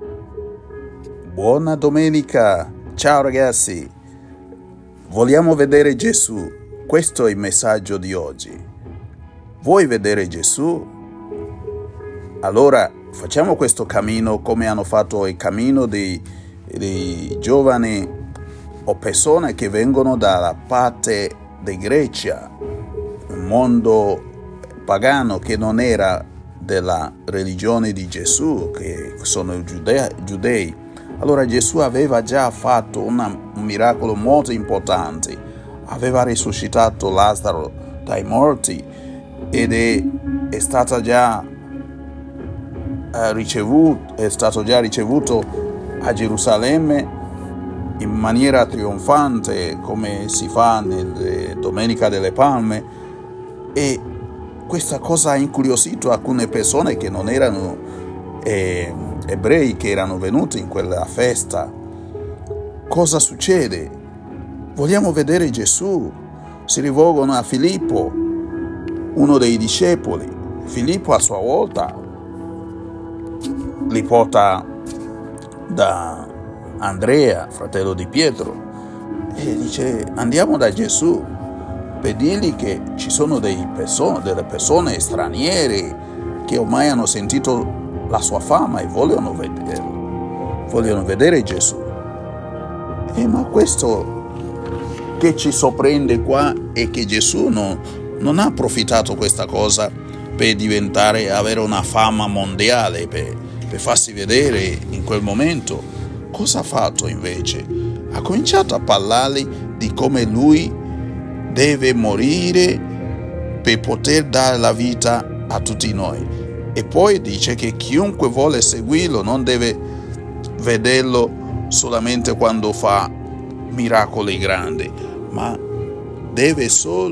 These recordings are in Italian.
Buona domenica, ciao ragazzi, vogliamo vedere Gesù, questo è il messaggio di oggi. Vuoi vedere Gesù? Allora facciamo questo cammino come hanno fatto il cammino dei giovani o persone che vengono dalla parte di Grecia, un mondo pagano che non era della religione di Gesù, che sono i giudei. Allora Gesù aveva già fatto un miracolo molto importante, aveva risuscitato Lazzaro dai morti ed è stato già ricevuto a Gerusalemme in maniera trionfante, come si fa nella Domenica delle Palme, e questa cosa ha incuriosito alcune persone che non erano ebrei, che erano venuti in quella festa. Cosa succede? Vogliamo vedere Gesù. Si rivolgono a Filippo, uno dei discepoli. Filippo a sua volta li porta da Andrea, fratello di Pietro, e dice: andiamo da Gesù per dirgli che ci sono delle persone straniere che ormai hanno sentito la sua fama e vogliono vedere Gesù. Ma questo che ci sorprende qua è che Gesù non ha approfittato questa cosa per avere una fama mondiale, per farsi vedere in quel momento. Cosa ha fatto invece? Ha cominciato a parlargli di come lui deve morire per poter dare la vita a tutti noi. E poi dice che chiunque vuole seguirlo non deve vederlo solamente quando fa miracoli grandi, ma deve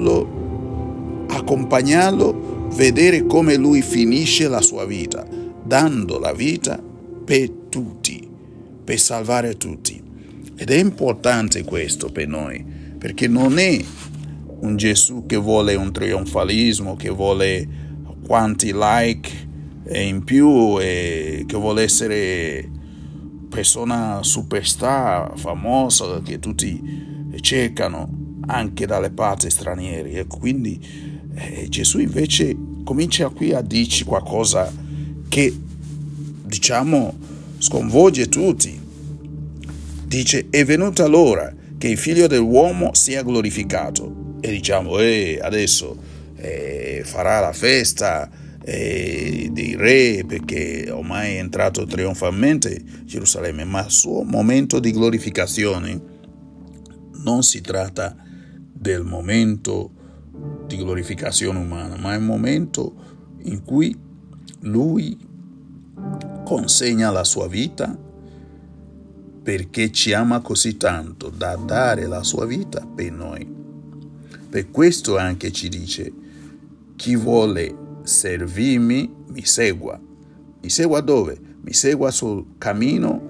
solo accompagnarlo, vedere come lui finisce la sua vita, dando la vita per tutti, per salvare tutti. Ed è importante questo per noi, perché non è un Gesù che vuole un trionfalismo, che vuole quanti like in più e che vuole essere persona superstar, famosa, che tutti cercano anche dalle parti straniere. E quindi Gesù invece comincia qui a dirci qualcosa che, diciamo, sconvolge tutti. Dice: è venuta l'ora che il figlio dell'uomo sia glorificato. E diciamo, adesso farà la festa dei re, perché ormai è entrato trionfalmente in Gerusalemme, ma il suo momento di glorificazione non si tratta del momento di glorificazione umana, ma è il momento in cui lui consegna la sua vita, perché ci ama così tanto da dare la sua vita per noi. Per questo anche ci dice: chi vuole servirmi mi segua. Mi segua dove? Mi segua sul cammino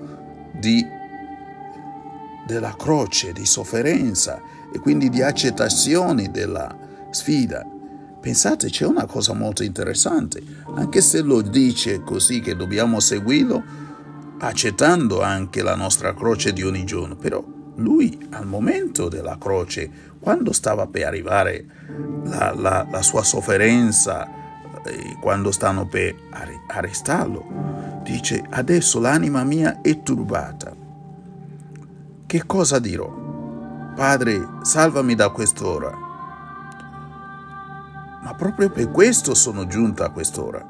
della croce, di sofferenza e quindi di accettazione della sfida. Pensate, c'è una cosa molto interessante, anche se lo dice così che dobbiamo seguirlo, accettando anche la nostra croce di ogni giorno, però lui al momento della croce, quando stava per arrivare la sua sofferenza, quando stanno per arrestarlo, dice: adesso l'anima mia è turbata. Che cosa dirò? Padre, salvami da quest'ora. Ma proprio per questo sono giunto a quest'ora.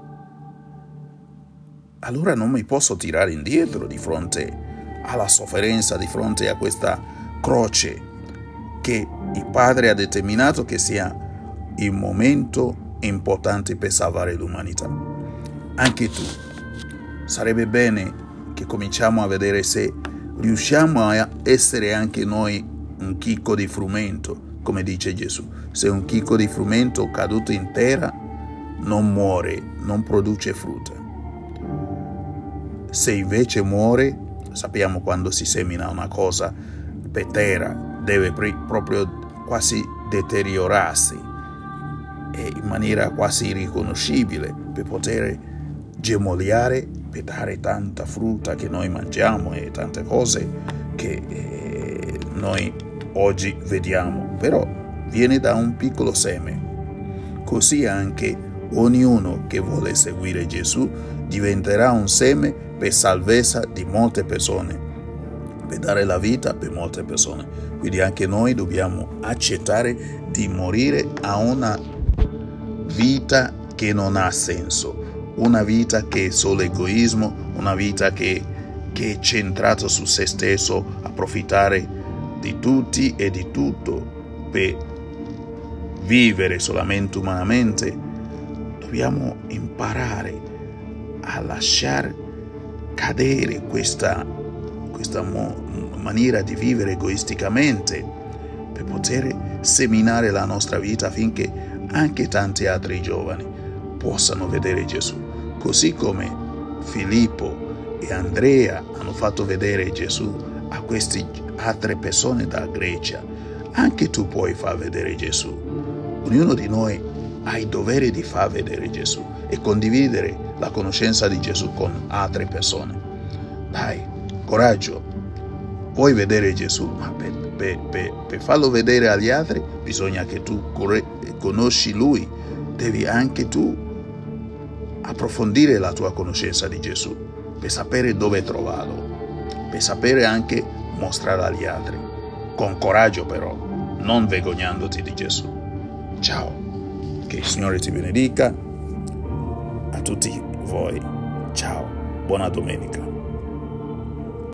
Allora non mi posso tirare indietro di fronte alla sofferenza, di fronte a questa croce che il Padre ha determinato che sia il momento importante per salvare l'umanità. Anche tu, sarebbe bene che cominciamo a vedere se riusciamo a essere anche noi un chicco di frumento, come dice Gesù. Se un chicco di frumento caduto in terra non muore, non produce frutta. Se invece muore, sappiamo quando si semina una cosa per terra, deve proprio quasi deteriorarsi e in maniera quasi irriconoscibile per poter germogliare per dare tanta frutta che noi mangiamo e tante cose che noi oggi vediamo, però viene da un piccolo seme. Così anche ognuno che vuole seguire Gesù diventerà un seme per salvezza di molte persone, per dare la vita per molte persone. Quindi anche noi dobbiamo accettare di morire a una vita che non ha senso, una vita che è solo egoismo, una vita che è centrata su se stesso, approfittare di tutti e di tutto per vivere solamente umanamente. Dobbiamo imparare a lasciare cadere questa maniera di vivere egoisticamente per poter seminare la nostra vita affinché anche tanti altri giovani possano vedere Gesù, così come Filippo e Andrea hanno fatto vedere Gesù a queste altre persone da Grecia. Anche tu puoi far vedere Gesù. Ognuno di noi ha il dovere di far vedere Gesù e condividere la conoscenza di Gesù con altre persone. Dai, coraggio. Vuoi vedere Gesù, ma per farlo vedere agli altri bisogna che tu conosci Lui. Devi anche tu approfondire la tua conoscenza di Gesù per sapere dove trovarlo, per sapere anche mostrare agli altri, con coraggio però, non vergognandoti di Gesù. Ciao, che il Signore ti benedica a tutti voi. Ciao, buona domenica.